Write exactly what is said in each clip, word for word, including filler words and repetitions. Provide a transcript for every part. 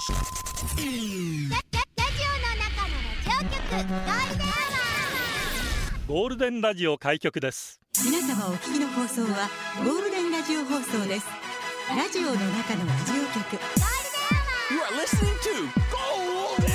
ゴールデンラジオ開局です。 皆様お聞きの放送はゴールデンラジオ放送です。ラジオの中のラジオ局 You are listening to Golden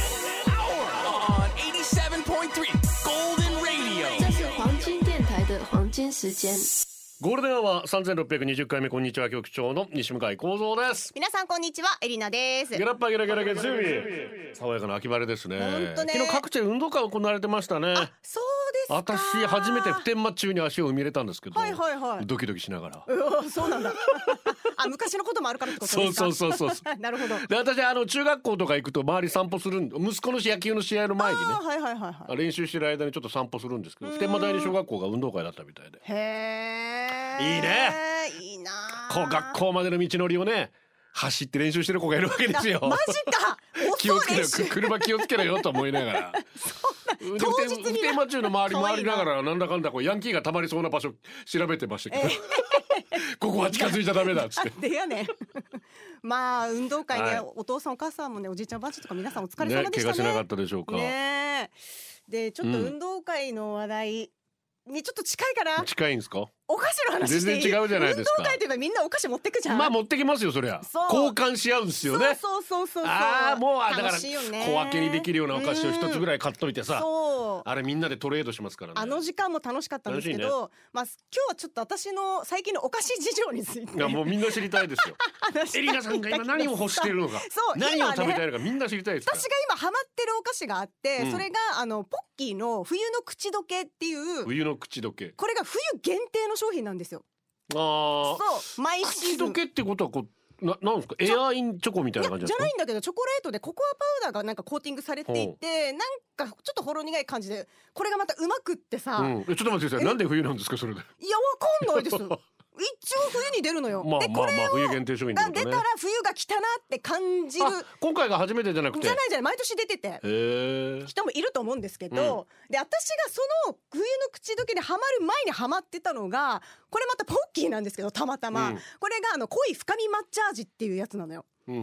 Hour on eighty-seven point three Golden Radio。 这是黄金電台的黄金時間。 ゴールデンアワーさんぜんろっぴゃくにじゅっかいめ、こんにちは、局長の西向井光三です。 皆さんこんにちは、エリナです。 ゲラッパゲラゲラ月曜日、爽やかな秋晴れですね。 本当ね、 昨日各地で運動会行われてましたね。 あ、そうですか。 私初めて普天間中に足を踏み入れたんですけど、 はいはいはい、 ドキドキしながら。 うそうなんだあ、昔のこともあるからってことですか。 そうそうそうそうなるほど。 で、私あの中学校とか行くと周り散歩するん、息子の野球の試合の前にね、 はいはいはいはい、 練習してる間にちょっと散歩するんですけど、普天間第二小学校が運動会だったみたいで。 へー、 いいね。 いいな。 こう学校までの道のりをね走って練習してる子がいるわけですよ。 マジか。 気をつけろよ、車気をつけろよと思いながら当日に普天間中の周り回りながら、なんだかんだこうヤンキーがたまりそうな場所調べてましたけど、ここは近づいちゃダメだっつって。 でやねまあ運動会ね、 はい、 お父さんお母さんもね、おじいちゃんおばあちゃんとか皆さんお疲れ様でしたね。 ね、怪我しなかったでしょうか。 ね、でちょっと運動会の話題にちょっと近いかな、 うん、近いんですか。 お菓子の話していい？ 全然違うじゃないですか。 運動会といえばみんなお菓子持ってくじゃん。 まあ持ってきますよ、そりゃ。交換し合うんですよね。 そうそうそうそう。 ああ、もうだから楽しいよね。 小分けにできるようなお菓子を一つぐらい買っといてさ、 そう、 あれみんなでトレードしますからね。 あの時間も楽しかったんですけど、ね、まあ今日はちょっと私の最近のお菓子事情について、 いやもうみんな知りたいですよエリナさんが今何を欲しているのか、そう、何を食べたいのかみんな知りたいですから。 私が今ハマってるお菓子があって、うん、それがあのポッキーの冬の口どけっていう、 冬の口どけ、これが冬限定の商品なんですよ。 ああ、 そう、毎シーズン。口どけってことはこうな、なんですか、エアインチョコみたいな感じですか。 じゃないんだけど、チョコレートでココアパウダーがなんかコーティングされていて、なんかちょっとほろ苦い感じで、これがまたうまくってさ、うん、 えちょっと待ってください、なんで冬なんですかそれで。 いや、わかんないです一応冬に出るのよ。 まあでこれをまあまあ冬限定商品ってことね。 出たら冬が来たなって感じる。 今回が初めてじゃなくて。 じゃないじゃない、毎年出てて人もいると思うんですけど、うん、で私がその冬の口どけでハマる前にハマってたのが、これまたポッキーなんですけど、たまたま、うん、これがあの濃い深み抹茶味っていうやつなのよ、うんうん、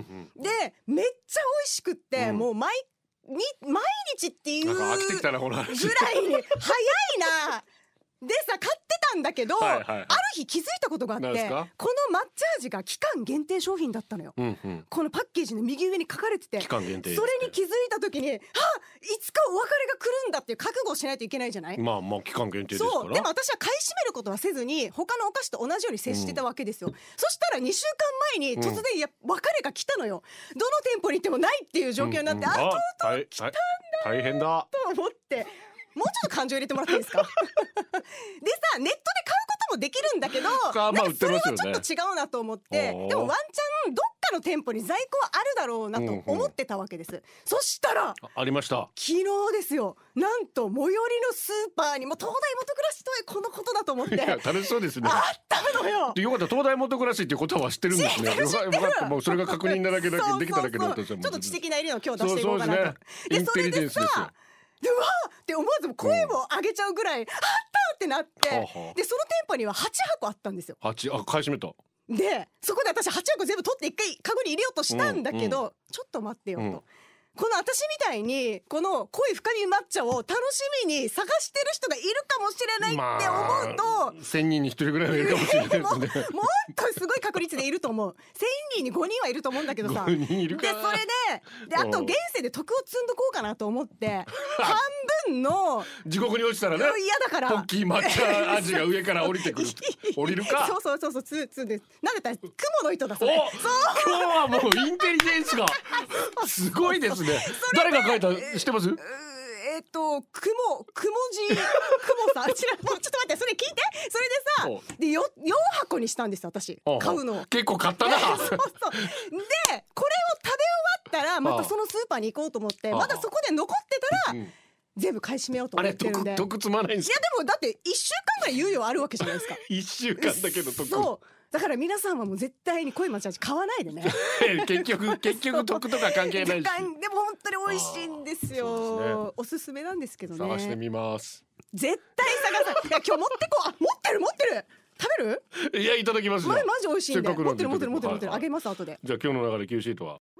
でめっちゃ美味しくって、うん、もう毎に毎日っていうぐらいに早いなでさ、買ってたんだけど、はいはいはい、ある日気づいたことがあって、この抹茶味が期間限定商品だったのよ、うんうん、このパッケージの右上に書かれてて、 期間限定、 それに気づいた時に、はっ、いつかお別れが来るんだっていう覚悟をしないといけないじゃない。まあまあ期間限定ですから。そう、でも私は買い占めることはせずに他のお菓子と同じように接してたわけですよ、うん、そしたらにしゅうかんまえに突然や、うん、別れが来たのよ。どの店舗に行ってもないっていう状況になって、うんうん、あ、とうとう来たんだ、 大変だと思って、もうちょっと感情入れてもらっていいですかでさ、ネットで買うこともできるんだけど、なんかそれはちょっと違うなと思って、でもワンチャンどっかの店舗に在庫はあるだろうなと思ってたわけです、うんうん、そしたら あ, ありました。昨日ですよ、なんと最寄りのスーパーにも東大元暮らしとはこのことだと思って、いや楽しそうですね。 あったのよ。 よかった、東大元暮らしっていうことは知ってるんですね。 知ってる知ってる。 よかった、もうそれが確認だけだけできただけだった。 ちょっと知的な入りの今日出していこうかなと。 そうそうですね、インテリジェンスですよ。 でうわーって思わず声を上げちゃうぐらい、うん、あったってなって、ははでその店舗にははちはこあったんですよ。 はち、あ、買い占めた。 でそこで私はちはこ全部取って一回カゴに入れようとしたんだけど、うんうん、ちょっと待ってよと、うん、この私みたいにこの濃い深み抹茶を楽しみに探してる人がいるかもしれないって思うと、まあ、せんにんにひとりぐらいはいるかもしれないですね。も, もっとすごい確率でいると思う。せんにんにごにんはいると思うんだけどさ、 ごにんいるか。 でそれでであと現世で徳を積んどこうかなと思って半分の地獄に落ちたらね、 嫌だからポッキー抹茶味が上から降りてくる降りるか。 そうそうそうそう、ツーツーです。なんでたら雲の糸だそれ。 そう、今日はもうインテリジェンスがすごいですね。誰が書いた知ってます？ えっと雲雲字雲さん、ちらもうちょっと待って、それ聞いて。それでさ、でよよんはこにしたんです私、買うの。 結構買ったな。 そうそうでこれを食べ終わったらまたそのスーパーに行こうと思って、まだそこで残ってたら、うん、全部買い占めようと思ってるんで。 あれ得積まないんですか？ いやでもだっていっしゅうかんぐらい猶予あるわけじゃないですか。 いっしゅうかんだけど得。 そうだから皆さんはもう絶対に濃い抹茶味買わないでね。 結局結局得とか関係ないし。 でも本当に美味しいんですよ。ね、おすすめなんですけどね。 探してみます。 絶対探さ。いや今日持ってこう。あ、持ってる持ってる。食べる？ いやいただきますよ。 マジ美味しいんで。持ってる持ってる持ってる持ってる。あげます後で。 じゃあ今日の中で Q シートは。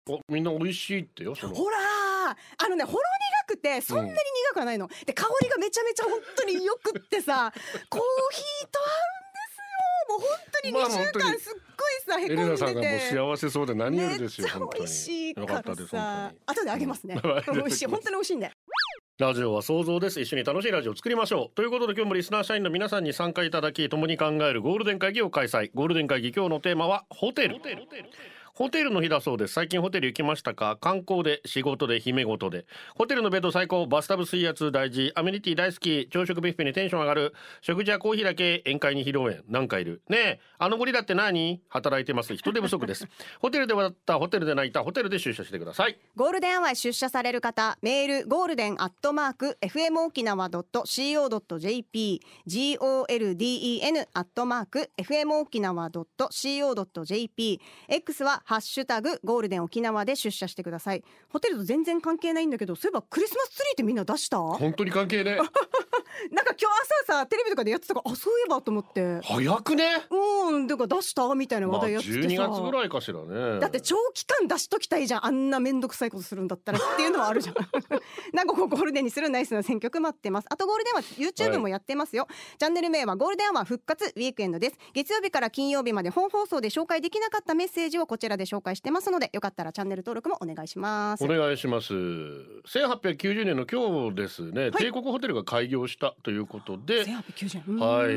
おみんな美味しいってよその。 ほらあのねほろ苦くてそんなに苦くはないの、うん、で香りがめちゃめちゃ本当によくってさコーヒーと合うんですよ。もう本当ににしゅうかんすっごいさへこんでて、 エレナさんがもう幸せそうで何よりですよ。 めっちゃ美味しいかよからったですさ後であげますね、 うん、 美味しい本当に美味しいんで。 ラジオは想像です。一緒に楽しいラジオを作りましょうということで、今日もリスナー社員の皆さんに参加いただき共に考えるゴールデン会議を開催。ゴールデン会議今日のテーマはホテル。ホテルの日だそうです。最近ホテル行きましたか？観光で、仕事で、姫事で。ホテルのベッド最高、バスタブ水圧大事、アメニティ大好き、朝食ビュッフェにテンション上がる、食事やコーヒーだけ宴会に披露宴。なんかいるねえ、あのゴリラって何？働いてます。人手不足ですホテルで笑った、ホテルで泣いた、ホテルで出社してください。 ゴールデンアワー出社される方、メールゴールデンアットマーク エフエム 沖縄 ドット シーオー ドット ジェーピー ゴールデン アットマーク エフエム 沖縄 ドット シーオー ドット ジェーピー X はハッシュタグゴールデン沖縄で出社してください。ホテルと全然関係ないんだけど、そういえばクリスマスツリーってみんな出した？ 本当に関係ねなんか今日朝さテレビとかでやってたから、あそういえばと思って。 早くね。 うんだから出したみたいな話題やっててさ、 まあ、じゅうにがつぐらいかしらね。 だって長期間出しときたいじゃん、あんなめんどくさいことするんだったらっていうのはあるじゃんなんかこうゴールデンにするナイスな選曲待ってます。あとゴールデンは YouTube もやってますよ、はい、チャンネル名はゴールデンアワー復活ウィークエンドです。月曜日から金曜日まで本放送で紹介できなかったメッセージをこちらで紹介してますので、よかったらチャンネル登録もお願いします。 お願いします。せんはっぴゃくきゅうじゅうねんの今日ですね、はい、帝国ホテルが開業したということで、 せんはっぴゃくきゅうじゅうねん、 はい、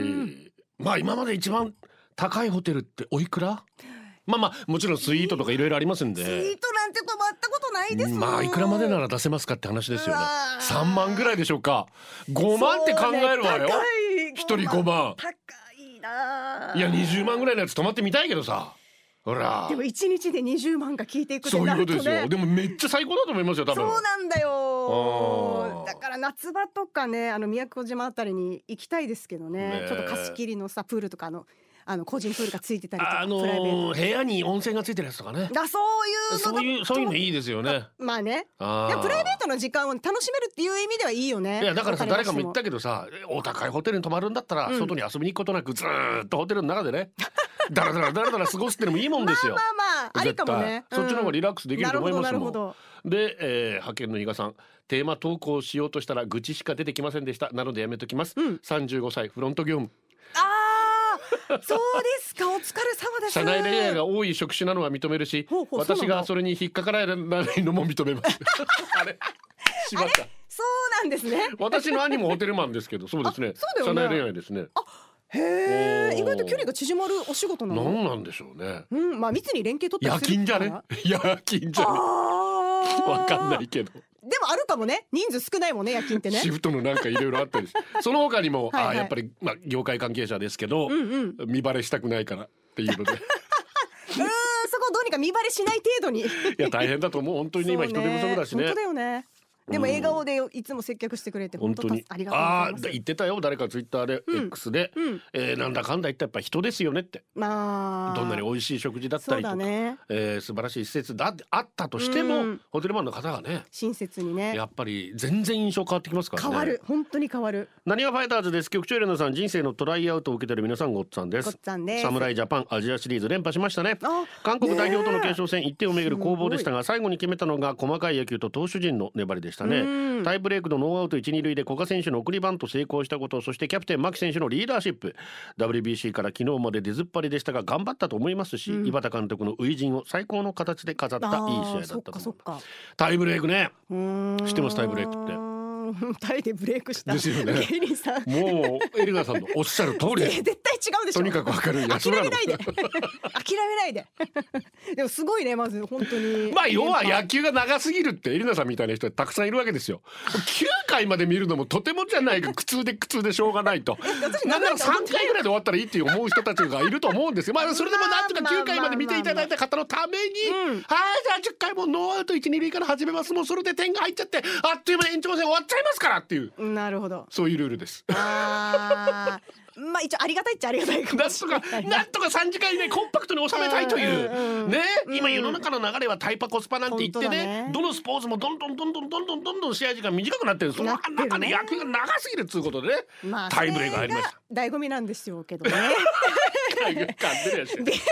まあ今まで一番高いホテルっておいくら？まあまあもちろんスイートとかいろいろありますんで、 スイートなんて泊まったことないです。 まあいくらまでなら出せますかって話ですよね。さんまんぐらいでしょうか。ごまんって考えるわよ、一人ごまん。 高いな。 いやにじゅうまんぐらいのやつ泊まってみたいけどさ、ほらでもいちにちでにじゅうまんが効いていくってなるとね、 そういうことですよ。でもめっちゃ最高だと思いますよ多分。 そうなんだよ。だから夏場とかね、あの宮古島あたりに行きたいですけど ね, ねちょっと貸し切りのさプールとかあのあの個人プールがついてたりとか、 あのー、 プライベート部屋に温泉がついてるやつとかね。 だそういうのそういうそういうのいいですよね。 まあね。でもプライベートの時間を楽しめるっていう意味ではいいよね。 いやだからさ、誰かも言ったけどさ、お高いホテルに泊まるんだったら、うん、外に遊びに行くことなくずーっとホテルの中でねだらだらだらだら過ごすってのもいいもんですよ。 まあまあまあありかもね、うん、 そっちの方がリラックスできると思いますもん。 なるほどなるほど。 で、えー、派遣の伊賀さん、テーマ投稿しようとしたら愚痴しか出てきませんでした。なのでやめときます、うん、さんじゅうごさいフロント業務。 そうですか、お疲れ様です。 社内恋愛が多い職種なのは認めるし、ほうほう、私がそれに引っかからないのも認めますあれしまった。 そうなんですね。 私の兄もホテルマンですけど、そうですね、 そうだよね、 社内恋愛ですね。あ、 へえ、意外と距離が縮まるお仕事なの。 なんなんでしょうね。 うん、まあ密に連携取ったり夜勤じゃね夜勤じゃねわかんないけど、 でもあるかもね。人数少ないもんね、夜勤ってね。 シフトのなんかいろいろあったりその他にもはい、はい、あやっぱり、まあ、業界関係者ですけど、うんうん、見バレしたくないからっていうのでうん、 そこをどうにか見バレしない程度にいや大変だと思う。本当に今人手不足だしね。 本当だよね。でも笑顔でいつも接客してくれて本当にありがとうございます。 あ言ってたよ、誰かツイッターで、うん、X で、うんえー、なんだかんだ言ったらやっぱ人ですよねって、まあ、どんなに美味しい食事だったりとか、ねえー、素晴らしい施設だってあったとしても、うん、ホテルマンの方がね親切にね、 やっぱり全然印象変わってきますからね。 変わる、本当に変わる。 なにわファイターズです。局長エレナさん、人生のトライアウトを受けてる皆さん、ごっつぁんです。 ごっつぁんです。 侍ジャパンアジアシリーズ連覇しましたね。韓国代表との決勝戦、いってんをめぐる攻防でしたが、最後に決めたのが細かい野球と投手陣の粘りでしたね。タイブレークのノーアウトいち、に塁で古賀選手の送りバント成功したこと、そしてキャプテン牧選手のリーダーシップ、 ダブリュービーシー から昨日まで出ずっぱりでしたが頑張ったと思いますし、うん、井端監督の初陣を最高の形で飾ったいい試合だったと思う。タイブレークね、知ってますタイブレークって。 タイでブレイクしたですよね。 芸人さん、 もうエリナさんのおっしゃる通り絶対違うでしょ。 とにかく明るい安村の諦めないで諦めないででもすごいね、まず本当に。 まあ要は野球が長すぎるってエリナさんみたいな人はたくさんいるわけですよ。きゅうかいまで見るのもとてもじゃないか苦痛で苦痛でしょうがないとなんならさんかいぐらいで終わったらいいって思う人たちがいると思うんですよ。まあそれでもなんとかきゅうかいまで見ていただいた方のために、はい、じゃあじゅっかいもノーアウトいち、に塁から始めます。もうそれで点が入っちゃってあっという間に延長戦終わっちゃいますからっていう、なるほど、そういうルールです。 あまあ一応ありがたいっちゃありがたいかもしれない。 なんとかなんとかさんじかん以内コンパクトに収めたいという、うん、ね、うん、今世の中の流れはタイパコスパなんて言って ね, ねどのスポーツもどんどんどんどんどんどんどんどん試合時間短くなってる。その中で野球が長すぎるっつうことでね、まあ、タイブレークが入りました。 醍醐味なんですよけどね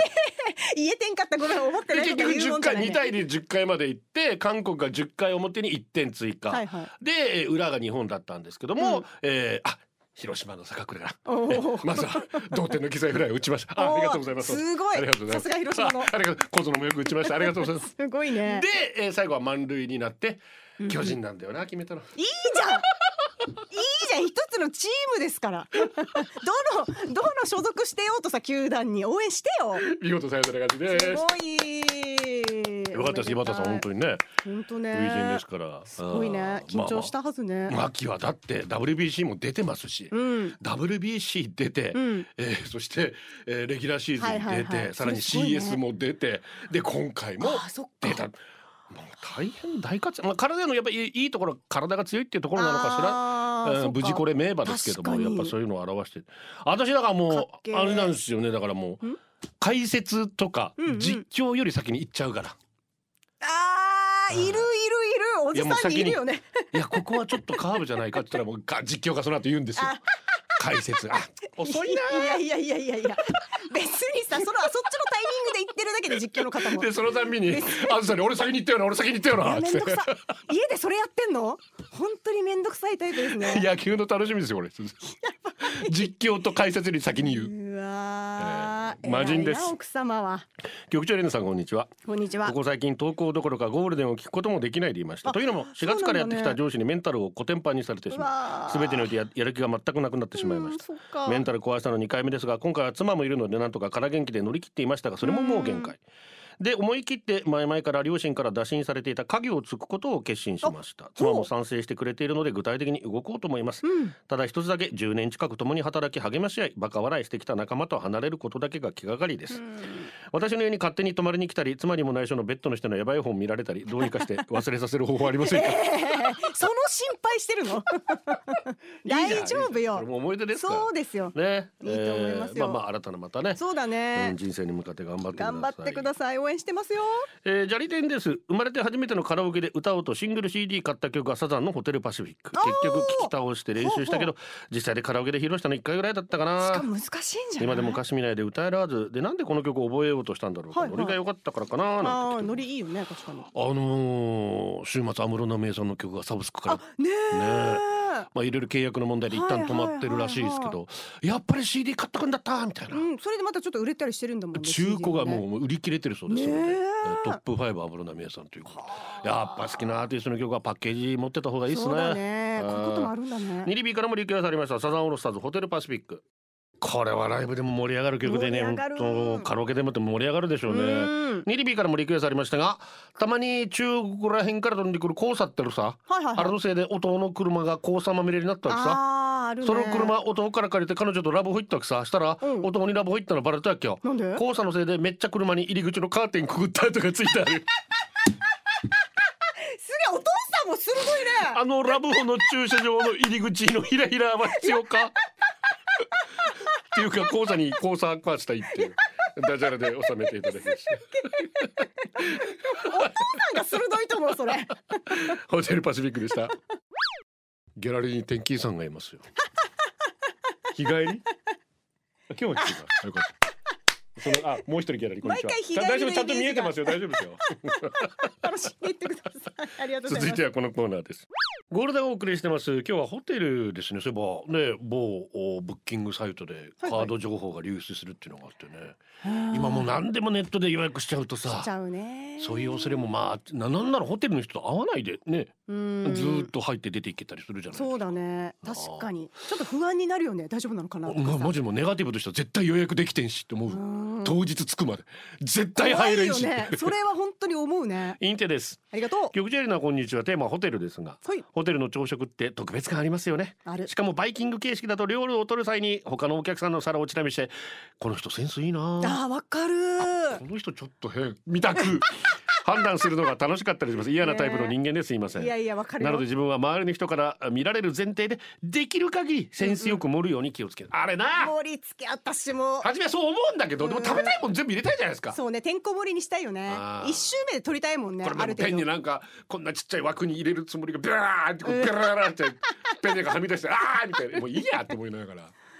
言えてんかったごめん思ってないとかで結局10回言うもんじゃない、ね、 に対にじゅっかいまで行って韓国がじゅっかい表にいってん追加、 はいはい、 で裏が日本だったんですけども、 うんえー、あ広島の坂倉がおーまずは同点の機材フライを打ちました。あ、ありがとうございます。 すごいありがとうございます。 さすが広島のあありがとう小園もよく打ちました。ありがとうございます。 すごいね。 で、えー、最後は満塁になって巨人なんだよな、決めたの。 いいじゃんいいじゃん、一つのチームですからどのどの所属してようとさ球団に応援してよ。 見事サヨナラ勝ちです。 すごいよかったです。井端さん本当にね本当ね初陣ですから。 すごいね緊張したはずね。 まあ、秋はだって ダブリュービーシー も出てますし、 うん、 ダブリュービーシー 出て、 うんえー、そして、えー、レギュラーシーズン出て、 はいはいはい、 さらに シーエス も出て、で今回も出た。もう大変大活躍、まあ、体のやっぱりいいところ体が強いっていうところなのかしら、うん、無事これ名馬ですけどもやっぱそういうのを表して私だからもうあれなんですよね。だからもう解説とか実況より先に行っちゃうから、 うんうん、あーいるいるいるおじさんにいるよね。 いやここはちょっとカーブじゃないかって言ったらもう実況がその後言うんですよ。解説あ遅いな。 いやいやいやいやいや別にさそのそっちのタイミングで言ってるだけで実況の方もでそのたんびにあずさに俺先に行ったよな俺先に行ったよなめんどくさ家でそれやってんの本当にめんどくさいタイプですね。 野球の楽しみですよこれ実況と解説に先に言う。 うわー魔人です。 奥様は局長レナさんこんにちは。 こんにちは。 ここ最近投稿どころかゴールデンを聞くこともできないでいました。というのもしがつからやってきた上司にメンタルをコテンパンにされてしまい全てにおいて や, やる気が全くなくなってしまいました。メンタル壊したのにかいめですが今回は妻もいるのでなんとか空元気で乗り切っていましたがそれももう限界で思い切って前々から両親から打診されていた家業を継ぐことを決心しました。妻も賛成してくれているので具体的に動こうと思います、うん、ただ一つだけじゅうねん近く共に働き励まし合いバカ笑いしてきた仲間と離れることだけが気がかりです、うん、私の家に勝手に泊まりに来たり妻にも内緒のベッドの下のヤバい本見られたりどうにかして忘れさせる方法ありませんか、えー、 その心配してるの大丈夫よ。 それも思い出ですからそうですよ、 ね、 いいと思いますよ、 えー、まあまあ新たなまたねそうだね、 うん、人生に向かって頑張ってください。 頑張ってください。応援してますよ。 えー、ジャリテンです。生まれて初めてのカラオケで歌おうとシングル シーディー 買った曲がサザンのホテルパシフィック。結局聞き倒して練習したけど実際でカラオケで披露したのいっかいぐらいだったかな。 しかも難しいんじゃない。 今でも歌詞見ないで歌えるはずでなんでこの曲を覚えようとしたんだろうか、はいはい、ノリが良かったからかななんて。 あノリいいよね確かに。 あのー、週末安室奈美恵さんの曲がサブスクからねえねまあいろいろ契約の問題で一旦止まってるらしいですけど、はいはいはいはい、やっぱり シーディー 買っとくんだったみたいな、うん、 それでまたちょっと売れたりしてるんだもんね。 中古がもう売り切れてるそうですよね。トップファイブ安室奈美恵さんというやっぱ好きなアーティストの曲はパッケージ持ってた方がいいですね。 そうだねこういうこともあるんだね。 ニリビーからもリクエストありましたサザンオールスターズホテルパシフィック。これはライブでも盛り上がる曲でね本当カラオケでもって盛り上がるでしょうね。ニリビーからもリクエストありましたがたまに中国らへんから飛んでくる黄砂ってるさ、はいはいはい、あれのせいで音の車が黄砂まみれになったわけさ。あるね、その車音から借りて彼女とラブホ行ったわけさ。したら、うん、音にラブホ行ったのバレたわけよ。なんで黄砂のせいでめっちゃ車に入り口のカーテンくぐったとかついてあるすげえお父さんも鋭いね。 あのラブホの駐車場の入り口のヒラヒラは必要かっていうか黄砂に黄砂化したいっていうダジャレで収めていただきましたお父さんが鋭いと思うそれホテルパシフィックでした。ギャラリーに天気さんがいますよ日帰り今日は違うよかったそのあもう一人ギャラリーこんにちは。 毎回日帰りの大丈夫ちゃんと見えてますよ大丈夫ですよ楽しんでいってください。ありがとうございます。 続いてはこのコーナーです。ゴールデンをお送りしてます。今日はホテルですね。そういえばね某ブッキングサイトでカード情報が流出するっていうのがあってね、はいはい、今もう何でもネットで予約しちゃうとさしちゃうね。 そういう恐れもまあななんならホテルの人と会わないでねうんずっと入って出ていけたりするじゃないですか。 そうだね確かにちょっと不安になるよね。大丈夫なのかなとかさ、 ま、マジでもネガティブとしては絶対予約できてんしって思う。当日着くまで絶対入れんし、 ね、それは本当に思うね。 インテです。 ありがとう。 局長エリナこんにちは。テーマはホテルですが、はい、ホテルの朝食って特別感ありますよね。ある。しかもバイキング形式だと料理を取る際に他のお客さんの皿をちなみしてこの人センスいいなあわかるこの人ちょっと変見たく判断するのが楽しかったりします。嫌なタイプの人間ですいません。 いやいやわかるよ。 なので自分は周りの人から見られる前提でできる限りセンスよく盛るように気をつける、うんうん、あれな盛り付け私も初めはそう思うんだけど、うん、でも食べたいもん全部入れたいじゃないですか。 そうねてんこ盛りにしたいよね。一周目で取りたいもんね。 これもペンになんかこんなちっちゃい枠に入れるつもりがビャーってこうビャーってペンがはみ出してあーみたいなもういいやって思いながら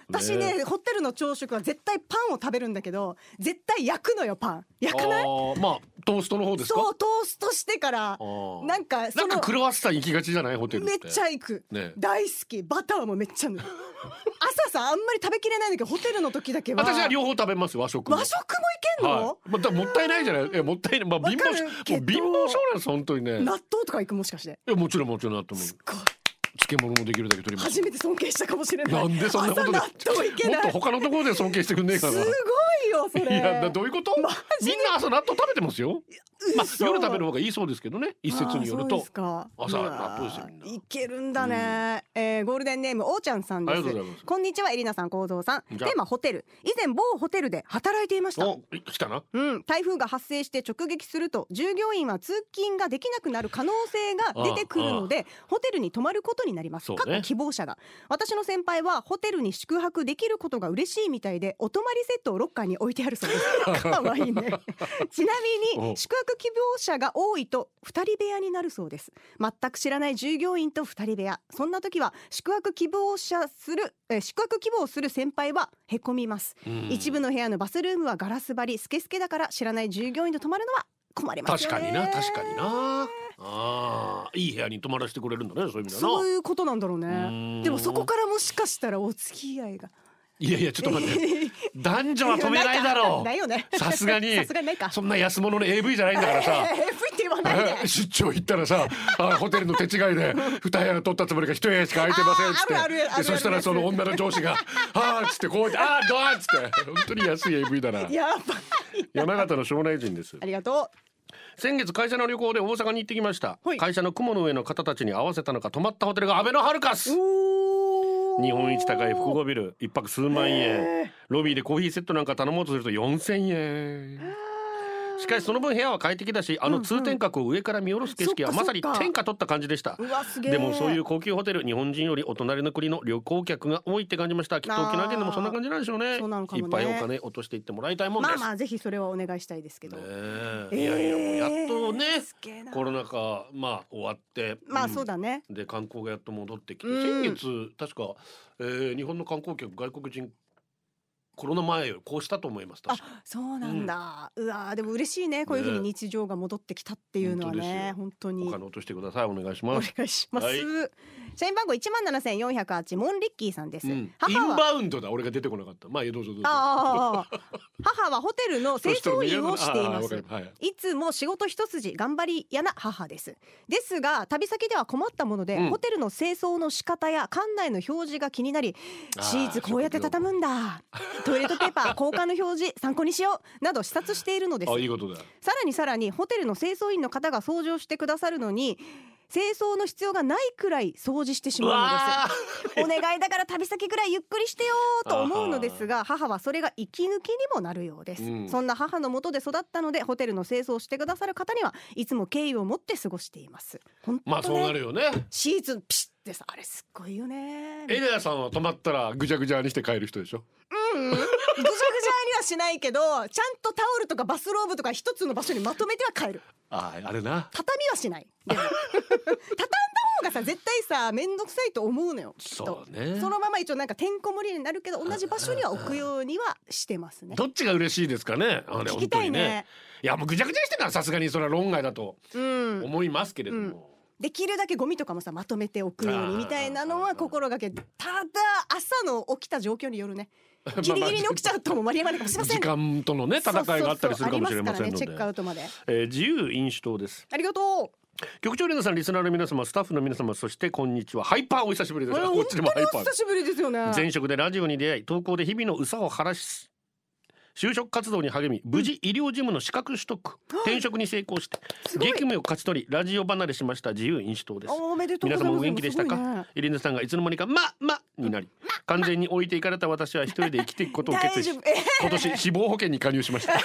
私ねホテルの朝食は絶対パンを食べるんだけど絶対焼くのよ。パン焼かない？ あまあトーストの方ですか？ そうトーストしてからなんかそのなんかクロワッサン行きがちじゃないホテルって。 めっちゃ行く、ね、大好き。バターもめっちゃ塗る朝さあんまり食べきれないんだけどホテルの時だけは私は両方食べます。和食も和食もいけんの、はい、 またもったいないじゃない。えもったいない、まあ、貧乏もう貧乏症なんです本当にね。 納豆とか行くもしかして？ いやもちろんもちろん納豆も。すっごい漬物もできるだけ取ります。 初めて尊敬したかもしれない。 なんでそんなことで。 朝納豆いけない。 もっと他のところで尊敬してくんねえかな。 すごいよそれ。 いやどういうこと？みんな朝納豆食べてますよ。まあ夜食べる方がいいそうですけどね。一説によると朝納豆ですよみんな。 いけるんだね、うんえー、ゴールデンネームおーちゃんさんです。こんにちはエリナさん、幸三さん。テーマホテル。以前某ホテルで働いていました。 お来たな。 うん台風が発生して直撃すると従業員は通勤ができなくなる可能性が出てくるのでホテルに泊まることになります。各希望者が。私の先輩はホテルに宿泊できることが嬉しいみたいでお泊まりセットをロッカーに置いてあるそうですかわいいねちなみに宿泊希望者が多いとふたり部屋になるそうです。全く知らない従業員とふたり部屋。そんな時は宿泊希望者するえ宿泊希望する先輩はへこみます。一部の部屋のバスルームはガラス張りスケスケだから知らない従業員と泊まるのは困りますよね。 確かにな確かにな。あいい部屋に泊まらせてくれるんだね。そういう意味だな。 そういうことなんだろうね。でもそこからもしかしたらお付き合いがいやいやちょっと待って男女は止めないだろう。さすがにそんな安物の エーブイ じゃないんだからさ、 えー、エーブイ って言わないで出張行ったらさあホテルの手違いでに部屋取ったつもりがいち部屋しか空いてませんっつってそしたらその女の上司があーっつってこうやってあードアっつって本当に安い エーブイ だな。 やばい。 山形の庄内人です。 ありがとう。 先月会社の旅行で大阪に行ってきました。会社の雲の上の方たちに合わせたのか泊まったホテルがアベノハルカス。日本一高い複合ビル一泊数万円、ロビーでコーヒーセットなんか頼もうとするとよんせんえん。しかしその分部屋は快適だしあの通天閣を上から見下ろす景色はまさに天下取った感じでした。でもそういう高級ホテル日本人よりお隣の国の旅行客が多いって感じました。きっと沖縄県でもそんな感じなんでしょうね。いっぱいお金落としていってもらいたいもんです。 まあまあぜひそれはお願いしたいですけど、ねえー、いやいやもうやっとね、えー、コロナ禍まあ終わってまあそうだね、 うん、で観光がやっと戻ってきて、うん、先月確か、えー、日本の観光客外国人コロナ前よりこうしたと思います。 あ、そうなんだ、うん、うわでも嬉しいねこういうふうに日常が戻ってきたっていうのはね。本当にお金落としてください。お願いします。 お願いします、はい、社員番号 いちまんななせんよんひゃくはち モンリッキーさんです、うん、 インバウンドだ。俺が出てこなかった。まあどうぞどうぞ。 あ母はホテルの清掃員をしています。はい、いつも仕事一筋頑張り屋な母です。ですが旅先では困ったもので、うん、ホテルの清掃の仕方や館内の表示が気になりシーツこうやって畳むんだトイレットペーパー交換の表示参考にしようなど視察しているのです。 あ、いいことだ。 さらにさらにホテルの清掃員の方が掃除をしてくださるのに清掃の必要がないくらい掃除してしまうのです。お願いだから旅先くらいゆっくりしてよと思うのですが母はそれが息抜きにもなるようです、うん、そんな母の下で育ったのでホテルの清掃をしてくださる方にはいつも敬意を持って過ごしています。本当ね、まあそうなるよね。シーツピシッてさあれすっごいよね。 エレアさんは泊まったらぐちゃぐちゃにして帰る人でしょ。 うん、ぐちゃぐちゃにはしないけどちゃんとタオルとかバスローブとか一つの場所にまとめては帰る。 ああれな。 畳はしない。でも畳んだ方がさ絶対さめんどくさいと思うのよ。 そうね。 そのまま一応なんかてんこ盛りになるけど同じ場所には置くようにはしてますね。 どっちが嬉しいですかね。あれ聞きたいね。 ねいやもうぐちゃぐちゃしてるのはさすがにそれは論外だと思いますけれども、うんうん、 できるだけゴミとかもさまとめておくようにみたいなのは心がけ。ただ朝の起きた状況によるね。ギリギリに起きちゃうとも間に合わないかもしれません。 時間とのね戦いがあったりするかもしれませんので、 チェックアウトまで、 えー、自由飲酒党です。 ありがとう。 局長連さんリスナーの皆様スタッフの皆様そしてこんにちは。ハイパーお久しぶりです。こっちでもハイパー。 お久しぶりですよね。 前職でラジオに出会い投稿で日々のうさを晴らし就職活動に励み無事医療事務の資格取得、うん、転職に成功して激務を勝ち取りラジオ離れしました自由飲酒党です。 おめでとうございます。 皆様お元気でしたか、ね、エリンズさんがいつの間にかままになり、ま、完全に置いていかれた私は一人で生きていくことを決意し今年死亡保険に加入しました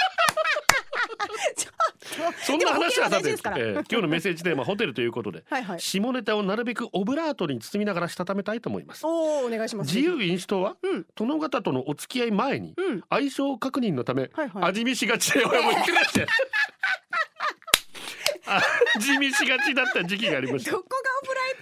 そんな話はさて、えー、今日のメッセージテーマホテルということではい、はい、下ネタをなるべくオブラートに包みながらしたためたいと思います。 おお願いします。 自由飲酒党は、うん、殿方とのお付き合い前に、うん、相性確認のため、はいはい、味見しがちで俺も言ってまして味見しがちだった時期がありました。 どこがオブラート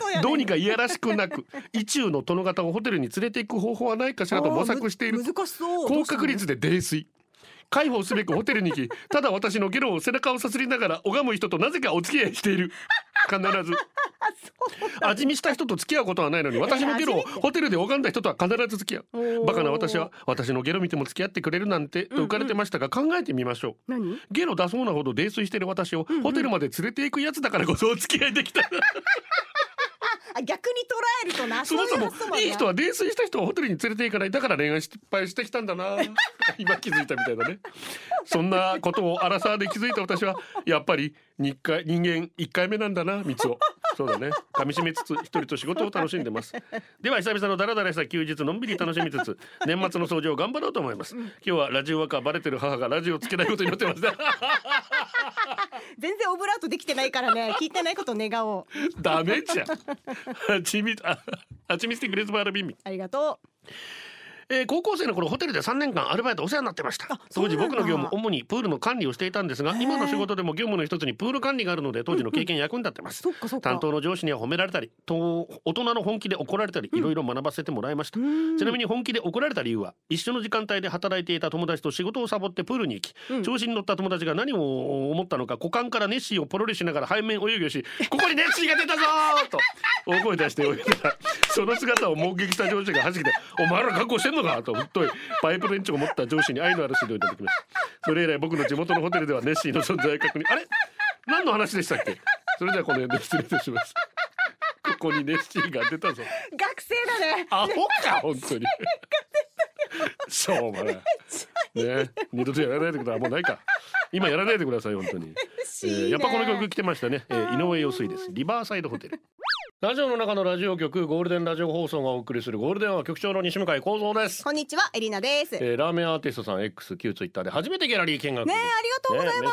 やねん。 どうにかいやらしくなく意中の殿方をホテルに連れて行く方法はないかしらと模索している。 難しそう。 高確率で泥酔。介抱すべくホテルに行き、ただ私のゲロを背中をさすりながら拝む人となぜかお付き合いしている。必ず味見した人と付き合うことはないのに、私のゲロをホテルで拝んだ人とは必ず付き合う。バカな私は私のゲロ見ても付き合ってくれるなんてと浮かれてましたが、考えてみましょう。 何？ ゲロ出そうなほど泥酔している私をホテルまで連れて行くやつだからこそお付き合いできた。 あ、逆に捉えるとな。 そもそもういう発想もあるないい人は泥酔した人をホテルに連れて行かない。だから恋愛失敗してきたんだな。今気づいたみたいだね。そんなことをアラサーで気づいた私はやっぱり日回人間いっかいめなんだな、三つを。そうだね。噛み締めつつ一人と仕事を楽しんでます。では久々のダラダラした休日のんびり楽しみつつ年末の掃除を頑張ろうと思います。今日はラジオ若バレてる母がラジオをつけないことになってます。 全然オブラートできてないからね、聞いてないことを願おう。 ダメじゃん。はちみつあはちみつでグレーズバーラビンミ。 ありがとう。 えー、高校生の頃ホテルでさんねんかんアルバイトお世話になってました。当時僕の業務主にプールの管理をしていたんですが、今の仕事でも業務の一つにプール管理があるので当時の経験役に立ってます。 そっかそっか。 担当の上司には褒められたりと大人の本気で怒られたりいろいろ学ばせてもらいました。ちなみに本気で怒られた理由は、一緒の時間帯で働いていた友達と仕事をサボってプールに行き、うん、調子に乗った友達が何を思ったのか股間からネッシーをポロリしながら背面泳ぎをし、ここにネッシーが出たぞーと大声出して泳いだら、その姿を目撃した上司が走ってきてお前ら覚悟してんのかと太いパイプレンチを持った上司に愛のある指導をいただきました。それ以来僕の地元のホテルではネッシーの存在確認。あれ何の話でしたっけ。それではこの辺で失礼いたします。ここにネッシーが出たぞ。 学生だね。 アホか本当に。しょうがないね。二度とやらないでください。もうないか。今やらないでください本当に。えー、やっぱこの曲来てましたね。えー、井上陽水です。リバーサイドホテル。ラジオの中のラジオ局、ゴールデンラジオ放送がお送りするゴールデンは局長の西向井光三です。 こんにちは、エリナです。 えー、ラーメンアーティストさん X 旧ツイッターで初めてギャラリー見学ねえ、ありがとうございます、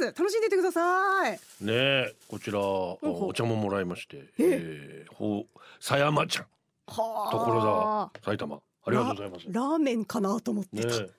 ね、楽しんでいてくださいね。 え、こちらお茶ももらいまして、えー、ほう狭山ちゃん所沢埼玉、ありがとうございます。 ラーメンかなと思ってた、ね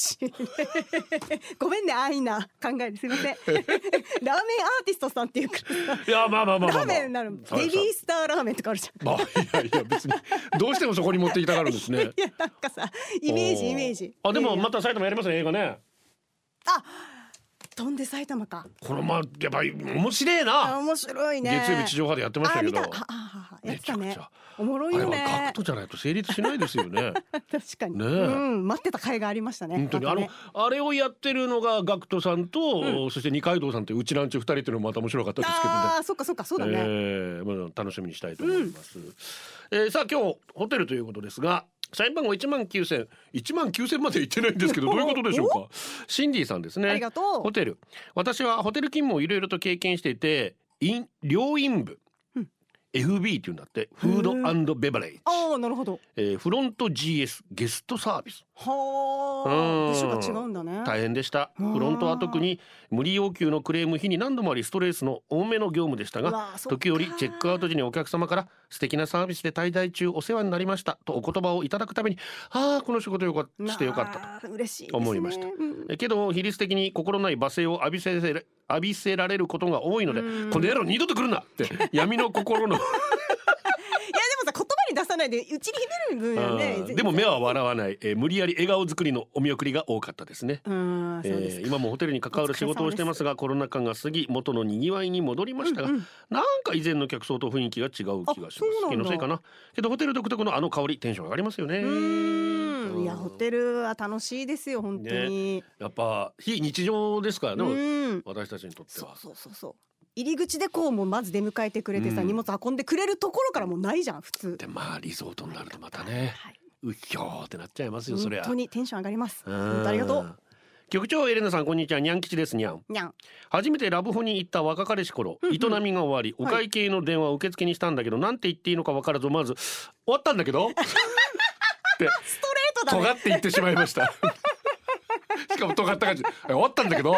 ごめんね、あいな考えてすみません。ラーメンアーティストさんっていうか、 いやまあまあまあまあ、まあ、 ラーメンなるベビースターラーメンとかあるじゃん。まあ、いやいや別にどうしてもそこに持っていきたがるんですね。 いやなんかさ、イメージイメージ。 あ、でもまた埼玉やりますね、映画ね。 あ、飛んで埼玉か。 このまやっぱり面白いな。 面白いね。 月曜日地上波でやってましたけど。 あ、見た。ああ、やってたね。おもろいよね。 あれはガクトじゃないと成立しないですよね。 確かに。 ね、 うん、待ってた甲斐がありましたね。 本当に、あのあれをやってるのがガクトさんと、うん、そして二階堂さんといううちなんちゅう二人っていうのもまた面白かったですけどね。ああ、そっかそっか、そうだね。 えー、まあ楽しみにしたいと思います。うん、えー、さあ今日ホテルということですが。社員番号いちまんきゅうせん、いちまんきゅうせんまで行ってないんですけどどういうことでしょうか。シンディさんですね。 ありがとう。 ホテル、私はホテル勤務をいろいろと経験していて、飲料飲部、うん、エフビー っていうんだって、フード&ベバレッジ。 ああ、なるほど。 えー、フロント ジーエス ゲストサービス。 はあ、部署が違うんだね。 大変でした。フロントは特に無理要求のクレーム日に何度もあり、ストレスの多めの業務でしたが、時折チェックアウト時にお客様から素敵なサービスで滞在中お世話になりましたとお言葉をいただくために、ああこの仕事よかしてよかったと思いました。うん、けど比率的に心ない罵声を浴びせ浴びせられることが多いので、この野郎二度と来るなって闇の心の言葉に出さないでうちに秘める分よね。 でも目は笑わない、えー、無理やり笑顔作りのお見送りが多かったですね。うんえー、今もホテルに関わる仕事をしてますが、コロナ禍が過ぎ元のにぎわいに戻りましたが、うんうん、なんか以前の客層と雰囲気が違う気がします。気のせいかな。けどホテル独特のあの香りテンション上がりますよね。 うん、いやホテルは楽しいですよ本当に、 ね、やっぱ非日常ですからね、うん、私たちにとっては。 そうそうそうそう、入り口でこうもまず出迎えてくれてさ、うん、荷物運んでくれるところからもうないじゃん普通で。 まあリゾートになるとまたね、はい、うひょーってなっちゃいますよ。それは本当にテンション上がります。本当ありがとう。 局長エレナさんこんにちは。にゃん吉です。にゃんにゃん。 初めてラブホに行った若かりし頃、うんうん、営みが終わりお会計の電話を受付にしたんだけど、はい、なんて言っていいのか分からずまず終わったんだけどってストレートだね。 尖って言ってしまいましたしかも尖った感じ終わったんだけど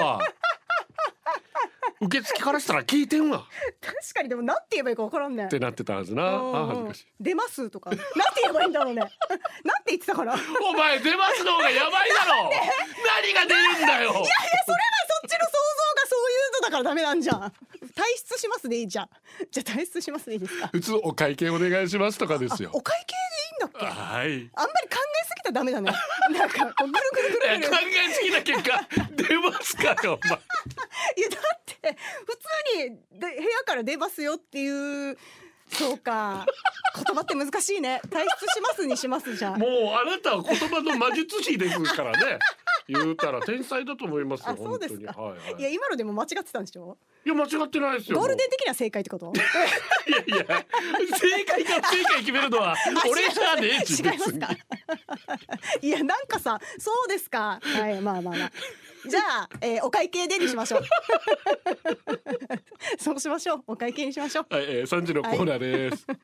受付からしたら聞いてんわ。 確かに。でもなんて言えばいいか分からんねってなってたはずな。あ、恥ずかしい。 出ますとかなんて言えばいいんだろうねなんて言ってたからお前出ますの方がやばいだろ何が出るんだよ。いやいや、 それはそっちの想像がそういうのだからダメなんじゃん。 出しますでいいじゃん。じゃあ退出しますでいいですか。 普通お会計お願いしますとかですよ。 お会計でいいんだっけ。 はい。 あんまり考えすぎたらダメだね。なんかこうぐるぐるぐるぐる。 考えすぎた結果出ますかよ。お前いやだって普通にで部屋から出ますよっていう。そうか。言葉って難しいね。退出しますにしますじゃん。 もうあなたは言葉の魔術師ですからね。言うたら天才だと思いますよ。 あ、そうですか。 はいはい、 いや今のでも間違ってたんでしょ。 いや間違ってないですよ。 ゴールデン的には正解ってこと。 いやいや正解か不正解決めるのは俺じゃねえし。 違いますか。いやなんかさ、そうですか。はい、まあまあまあ。じゃあ、えー、お会計でにしましょう。そうしましょう。お会計にしましょう。 はい、えー、さんじのコーナーです。はい、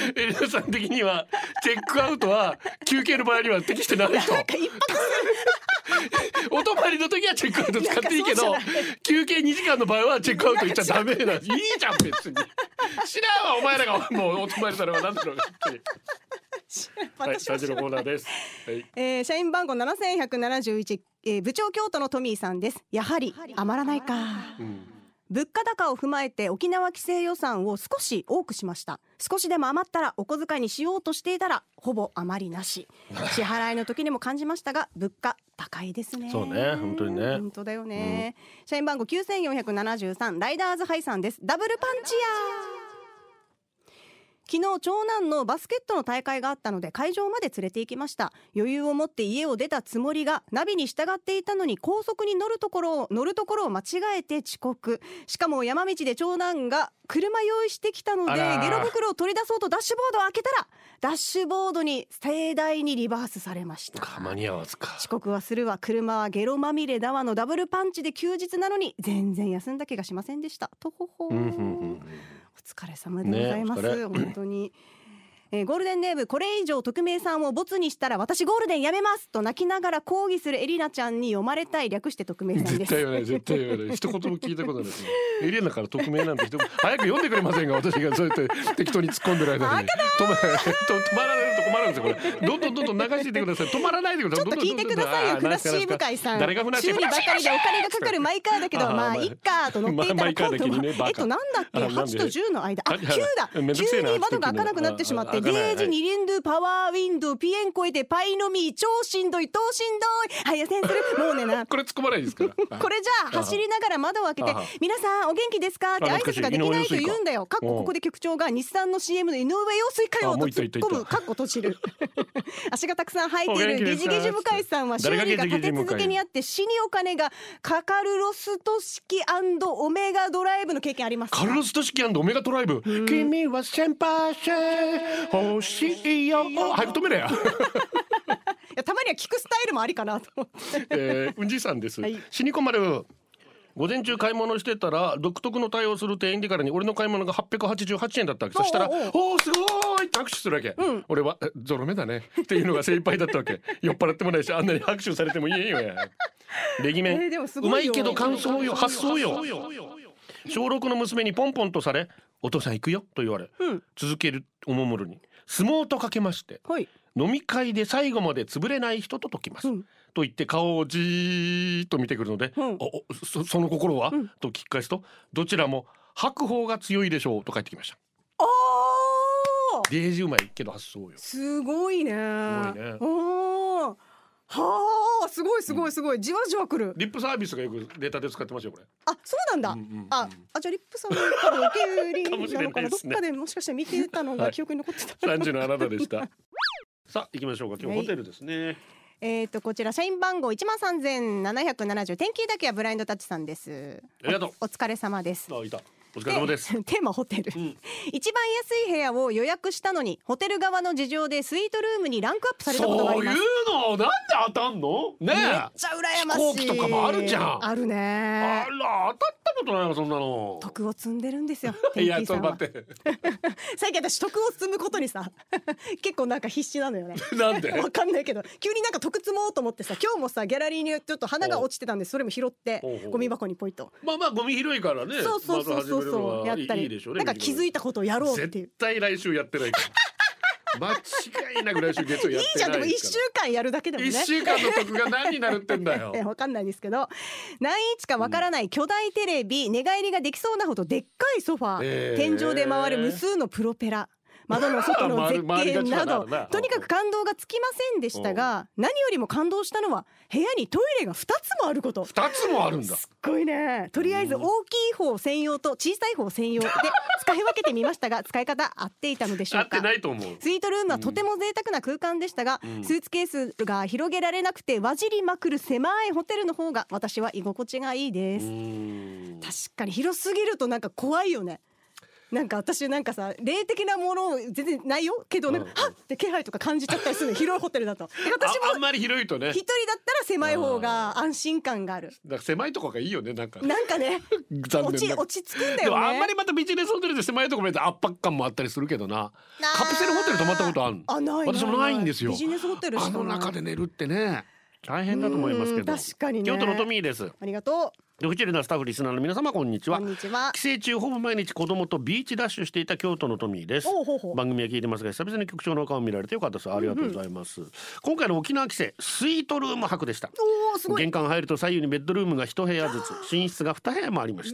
エリナさん的にはチェックアウトは休憩の場合には適してないと。 なんか一泊お泊まりの時はチェックアウト使っていいけど休憩にじかんの場合はチェックアウト言っちゃダメなんです。いいじゃん別に。知らんわお前らがもうお泊まりだろうが何だろうがって。はい、さんじのコーナーです。はい、 えー、社員番号ななせんひゃくななじゅういち、えー、部長京都のトミーさんです。やはり余らないか、うん、物価高を踏まえて沖縄帰省予算を少し多くしました。少しでも余ったらお小遣いにしようとしていたらほぼ余りなし。支払いの時にも感じましたが物価高いですね。 そうね、本当にね。 本当だよね、うん、社員番号きゅうせんよんひゃくななじゅうさんライダーズハイさんです。ダブルパンチや。昨日長男のバスケットの大会があったので会場まで連れて行きました。余裕を持って家を出たつもりがナビに従っていたのに高速に乗るところを乗るところを間違えて遅刻。しかも山道で長男が車用意してきたのでゲロ袋を取り出そうとダッシュボードを開けたらダッシュボードに盛大にリバースされました。 間に合わずか。 遅刻はするわ、車はゲロまみれだわのダブルパンチで休日なのに全然休んだ気がしませんでした。とほほ、うんうんうん、お疲れ様でございます、ね、本当に、えー、ゴールデンネームこれ以上匿名さんをボツにしたら私ゴールデンやめますと泣きながら抗議するエリナちゃんに読まれたい、略して匿名さんです。 絶対言わない絶対言わない一言も聞いたことないですね。エリナから匿名なんて人早く読んでくれませんが、私がそうやって適当に突っ込んでる間に止ま止まらないと困るんですよ。これどんどんどんどん流していってください。止まらないでください。 ちょっと聞いてくださいよ。ふなっしー向井さん、 誰がふなっしー修理ばかりでお金がかかるマイカーだけどまあいっかと乗っていたら今度は、ね、えっとなんだっけはちとじゅうの間、あきゅうだ急に窓が開かなくなってしまってゲージに連ドゥパワーウィンドウピエン超えてパイのみ超しんどい超しんどいはいやせんするもうねなこれ突っ込まないですからこれじゃあ走りながら窓を開けて皆さんお元気ですかって挨拶ができないと言うんだよ。かっこここで局長が日産の シーエム の井上陽水かよと突っ込むかっこ閉じる足がたくさん生えているゲジゲジ向井さんは修理が立て続けにあって死にお金がかかるロスト式&オメガドライブの経験ありますか。 カルロスト式&オメガドライブ、君はせんパーセント欲しいよ早く止めれやいやたまには聞くスタイルもありかなと思って、 えー、うんじさんです、 はい、 死に困る。午前中買い物してたら独特の対応する店員でからに俺の買い物がはっぴゃくはちじゅうはちえんだったわけ。そしたらおおすごいって拍手するわけ、うん、俺はゾロ目だねっていうのが精一杯だったわけ酔っ払ってもないしあんなに拍手されてもいいよやレギメン、えー、うまいけど感想よ発想よ。小ろくの娘にポンポンとされお父さん行くよと言われ、うん、続けるおもむろに相撲とかけまして、はい、飲み会で最後まで潰れない人と解きます、うん、と言って顔をじーっと見てくるので、うん、おお そ, その心は、うん、と聞き返すとどちらも白鵬が強いでしょうと返ってきました。 あーデージうまいけど発想よすごいね。 すごいね。 おはあすごいすごいすごい、うん、じわじわくる。 リップサービスがよくデータで使ってますよこれ。 あそうなんだ、うんうんうん、ああじゃあリップさん多分受け売りなのかなか、ね、どっかでもしかして見てたのが記憶に残ってた、 はい、さんじのあなたでしたさあ行きましょうか。今日ホテルですね、はい、 えーとこちら社員番号いちまんさんぜんななひゃくななじゅう天気だけはブラインドタッチさんです。 ありがとう。 お, お疲れ様です。 あいたお疲れ様です。 テーマホテル、うん、一番安い部屋を予約したのにホテル側の事情でスイートルームにランクアップされたことがあります。 そういうのなんで当たんのねえ。めっちゃ羨ましい。 飛行機とかもあるじゃん。 あるね。 あら当たったことないわそんなの。 徳を積んでるんですよいやちょっと待って最近私徳を積むことにさ結構なんか必死なのよねなんでわかんないけど急になんか徳積もうと思ってさ今日もさギャラリーにちょっと花が落ちてたんでそれも拾ってゴミ箱にポイとまあまあゴミ拾いからねそうそうそうそうそうやったりいいでしょうね。 なんか気づいたことをやろうっていう。 絶対来週やってないから間違いなく来週月曜やってないですから。いいじゃん、でもいっしゅうかんやるだけでもね。 いっしゅうかんの得が何になるってんだよ。 わかんないですけど、何インチかわからない巨大テレビ、寝返りができそうなほどでっかいソファー、えー、天井で回る無数のプロペラ、窓の外の絶景などとにかく感動がつきませんでしたが、何よりも感動したのは部屋にトイレがふたつもあること。 ふたつもあるんだ。 すっごいね。とりあえず大きい方専用と小さい方専用で使い分けてみましたが、使い方合っていたのでしょうか。 合ってないと思う。 スイートルームはとても贅沢な空間でしたが、うん、スーツケースが広げられなくてわじりまくる狭いホテルの方が私は居心地がいいです。うーん、確かに広すぎるとなんか怖いよね。なんか私なんかさ、霊的なもの全然ないよけど、なんか、うん、はっって気配とか感じちゃったりするの。広いホテルだと。私もあ, あんまり広いとね、 一人だったら狭い方が安心感がある。 だから狭いとこがいいよね。なんかなんかね落ち落ち着くんだよね。でもあんまりまたビジネスホテルで狭いとこ見ると圧迫感もあったりするけどな。カプセルホテル泊まったことある？ あ、ない。 私もないんですよ。 ビジネスホテルしかない。 あの中で寝るってね、大変だと思いますけど。 確かにね。 京都のトミーです。 ありがとう。 フジテレビのスタッフリスナーの皆様こんにちは。 こんにちは。 帰省中ほぼ毎日子供とビーチダッシュしていた京都のトミーです。 ほうほうほう。 番組は聞いてますが久々に局長の顔を見られてよかったです。ありがとうございます、うんうん、今回の沖縄帰省スイートルーム泊でした。 おー、すごい。 玄関入ると左右にベッドルームがいち部屋ずつ、寝室がに部屋もありました。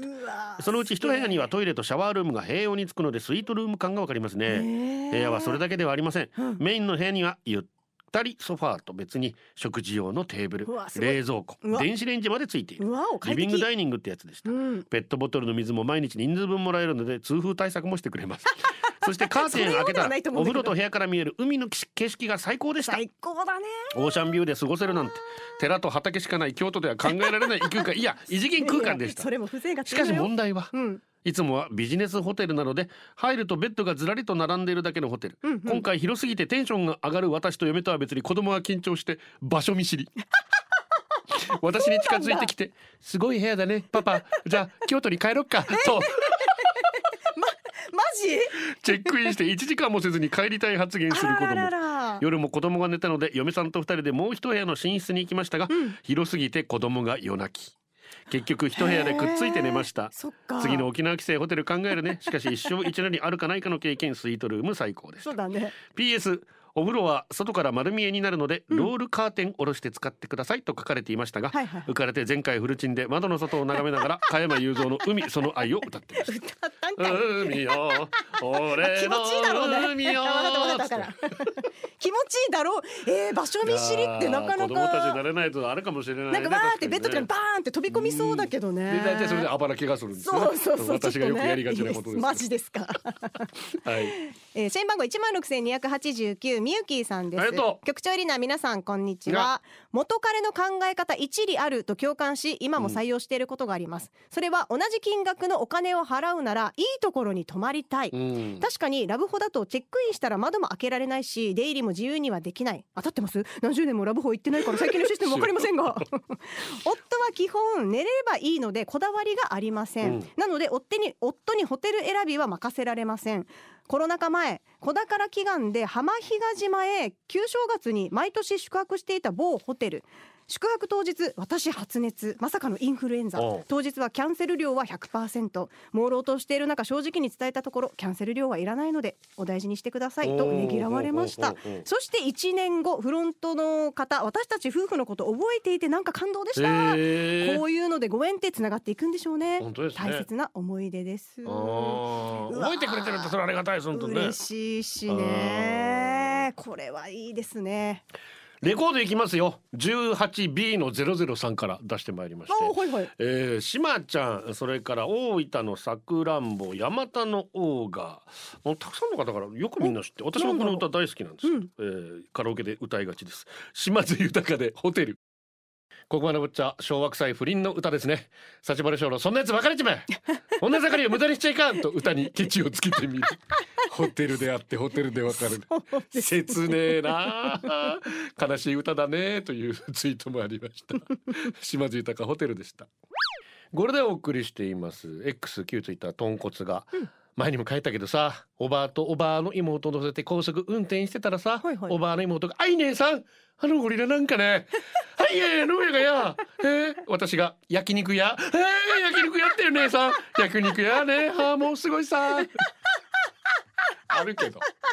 そのうちいち部屋にはトイレとシャワールームが併用につくのでスイートルーム感がわかりますね。部屋はそれだけではありません、うん、メインの部屋にはゆったりソファーと別に食事用のテーブル、冷蔵庫、電子レンジまでついている。リビングダイニングってやつでした、うん、ペットボトルの水も毎日人数分もらえるので痛風対策もしてくれますそしてカーテン開けたらお風呂と部屋から見える海の景色が最高でした。 最高だね。 オーシャンビューで過ごせるなんて寺と畑しかない京都では考えられない異空間、いや異次元空間でした。 それも風情がしかし問題は、うん、いつもはビジネスホテルなので入るとベッドがずらりと並んでいるだけのホテル、うんうん、今回広すぎてテンションが上がる私と嫁とは別に子供が緊張して場所見知り私に近づいてきてすごい部屋だねパパ、じゃあ京都に帰ろっかとマジ？ チェックインしていちじかんもせずに帰りたい発言する子供。 ららら夜も子供が寝たので嫁さんとふたりでもう一部屋の寝室に行きましたが、うん、広すぎて子供が夜泣き。結局一部屋でくっついて寝ました。次の沖縄帰省ホテル考えるね。しかし一生一度にあるかないかの経験、スイートルーム最高でした。 そうだね。 ピーエス お風呂は外から丸見えになるので、うん、ロールカーテン下ろして使ってくださいと書かれていましたが、はいはい、浮かれて前回フルチンで窓の外を眺めながら加山雄三の海その愛を歌っていました歌ったんかい。 海よ俺の海よ気持ちいいだろう。えー、場所見知りってなかなか子供たちになれないとあるかもしれない、ね、 なんかわーってベッドからバーンって飛び込みそうだけどね。 で大体それであばら気がするんですね。 そうそうそう、 私がよくやりがちなことです。 マジですかはい、 えー、社員番号いちまんろくせんにひゃくはちじゅうきゅうみゆきーさんです。局長リナ皆さんこんにちは。元彼の考え方一理あると共感し今も採用していることがあります、うん、それは同じ金額のお金を払うならいいところに泊まりたい、うん、確かにラブホだとチェックインしたら窓も開けられないし出入りも自由にはできない。当たってます？何十年もラブホ行ってないから最近のシステム分かりませんが夫は基本寝れればいいのでこだわりがありません、うん、なので夫に、夫にホテル選びは任せられません。コロナ禍前子宝祈願で浜比嘉島へ旧正月に毎年宿泊していた某ホテル。宿泊当日私発熱まさかのインフルエンザ。当日はキャンセル料は ひゃくパーセント。 朦朧としている中正直に伝えたところキャンセル料はいらないのでお大事にしてくださいとねぎらわれました。そしていちねんごフロントの方私たち夫婦のこと覚えていてなんか感動でした。こういうのでご縁ってつながっていくんでしょうね。 本当ですね。 大切な思い出です。 あ覚えてくれてるってそれありがたいです。本当ね嬉しいしね。これはいいですね。 レコードいきますよ。 じゅうはちビー のゼロゼロさんから出してまいりまして、 はいはい、 えー、しまちゃん、それから大分のさくらんぼ、山田のオーガー、もうたくさんの方からよくみんな知って、私もこの歌大好きなんです、うんえー、カラオケで歌いがちです。島津豊でホテル。ここまでぶっちゃ昭和臭い不倫の歌ですね。幸原賞のそんなやつ別れちまえ女盛りを無駄にしちゃいかんと歌にケチをつけてみるホテルであってホテルで別れる切ねえな悲しい歌だねというツイートもありました島津豊ホテルでした。これでお送りしています X 旧ツイッターとんこつが、うん前にも書いたけどさ、おばあとおばあの妹を乗せて高速運転してたらさ、はいはい、おばあの妹があい姉さんあのゴリラなんかねはいやいやの上がや、えー、私が焼肉屋、えー、焼肉やってる姉さん焼肉屋ね、はあもうすごいさあるけど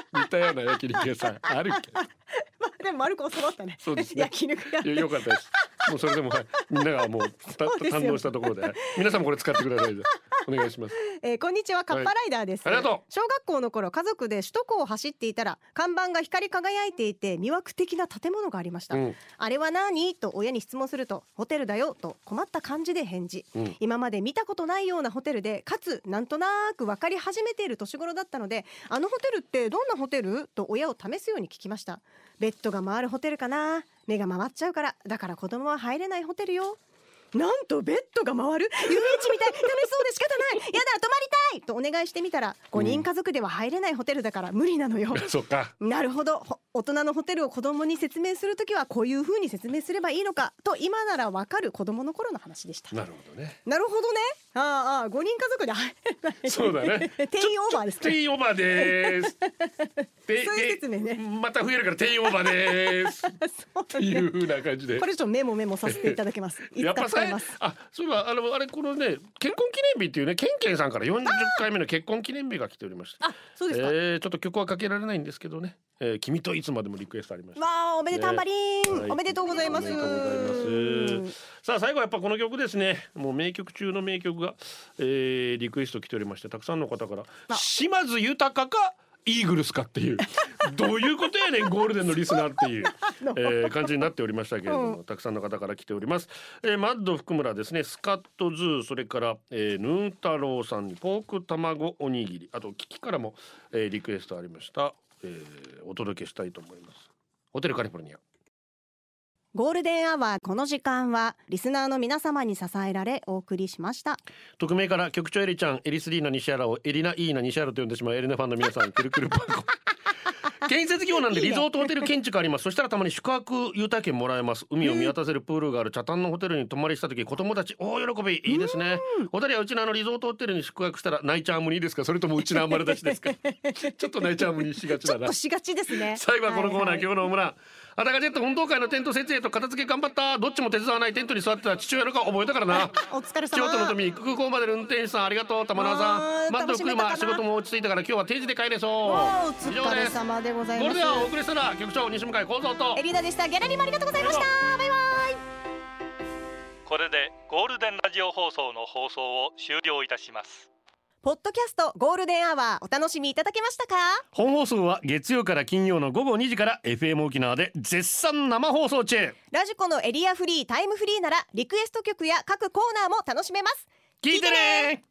似たような焼肉屋さんあるけどまあでも丸く収まったね。 そうですね焼肉屋いやよかったです。もうそれでも、はい、みんながもうたそうですよ堪能したところで、はい、皆さんもこれ使ってください。お願いします。 えーこんにちは、カッパライダーです、 はいありがとう。 小学校の頃家族で首都高を走っていたら看板が光り輝いていて魅惑的な建物がありました、 うんあれは何と親に質問するとホテルだよと困った感じで返事、 うん今まで見たことないようなホテルでかつなんとなく分かり始めている年頃だったのであのホテルってどんなホテルと親を試すように聞きました。ベッドが回るホテルかな、目が回っちゃうからだから子供は入れないホテルよ。なんとベッドが回る遊園地みたい楽しそうで仕方ないやだ泊まりたいとお願いしてみたらごにん家族では入れないホテルだから無理なのよ、 そうか。 なるほどほ大人のホテルを子供に説明するときはこういう風に説明すればいいのかと今ならわかる子供の頃の話でした。 なるほどね。 なるほどね。ああああごにん家族で入れないそうだね。 定員オーバーですか定員オーバーでーす。でそういう説明ねでまた増えるから定員オーバーでーす。っていう風な感じで。 これちょっとメモメモさせていただきますいつか使います。 あ、そういえばあのあれこのね結婚記念日っていうねケンケンさんからよんじゅっかいめの結婚記念日が来ておりまして、 あ、そうですか、 えー、ちょっと曲はかけられないんですけどね、えー、君といつまでもリクエストありました。 わあおめでたんばりーん、 はいおめでとうございます。 おめでとうございます。さあ最後はやっぱこの曲ですね。もう名曲中の名曲が、えー、リクエスト来ておりましてたくさんの方からあ島津豊かイーグルスかっていうどういうことやねんゴールデンのリスナーっていう、えー、感じになっておりましたけれども、 うんたくさんの方から来ております、えー、マッド福村ですね、スカットズー、それから、えー、ヌー太郎さんにポーク卵おにぎり、あとキキからも、えー、リクエストありました、えー、お届けしたいと思います。ホテルカリフォルニアゴールデンアワー、この時間はリスナーの皆様に支えられお送りしました。 匿名から局長エリちゃん、エリスリーナ西原をエリナイーナ西原と呼んでしまうエリナファンの皆さん、くるくるパコ建設業なんでリゾートホテル建築あります。そしたらたまに宿泊優待券もらえます。海を見渡せるプールがある北谷のホテルに泊まりした時、子供たち大喜び。いいですね。お二人はうちのあのリゾートホテルに宿泊したら泣いちゃう無理ですか、それともうちのあんまり立ちですかちょっと泣いちゃう無理しがちだなちょっと。しがちですね。 最後はこのコーナー、 はいはい今日のオムラン。あたかジェット運動会のテント設営と片付け頑張った。どっちも手伝わないテントに座ってた父親の顔覚えたからなお疲れ様。 京都の富空港までの運転手さんありがとう。玉川さあーんマッド楽しめたかな車仕事も落ち着いたから今日は定時で帰れそう。 わあお以上疲れです。 様でございます。 これではお送りしたら局長西向井幸三とエリナでした。ギャラリーもありがとうございました。バイバイ。 これでゴールデンラジオ放送の放送を終了いたします。 ポッドキャストゴールデンアワーお楽しみいただけましたか？ 本放送は月曜から金曜の午後にじから エフエム 沖縄で絶賛生放送中。 ラジコのエリアフリータイムフリーならリクエスト曲や各コーナーも楽しめます。 聞いてね。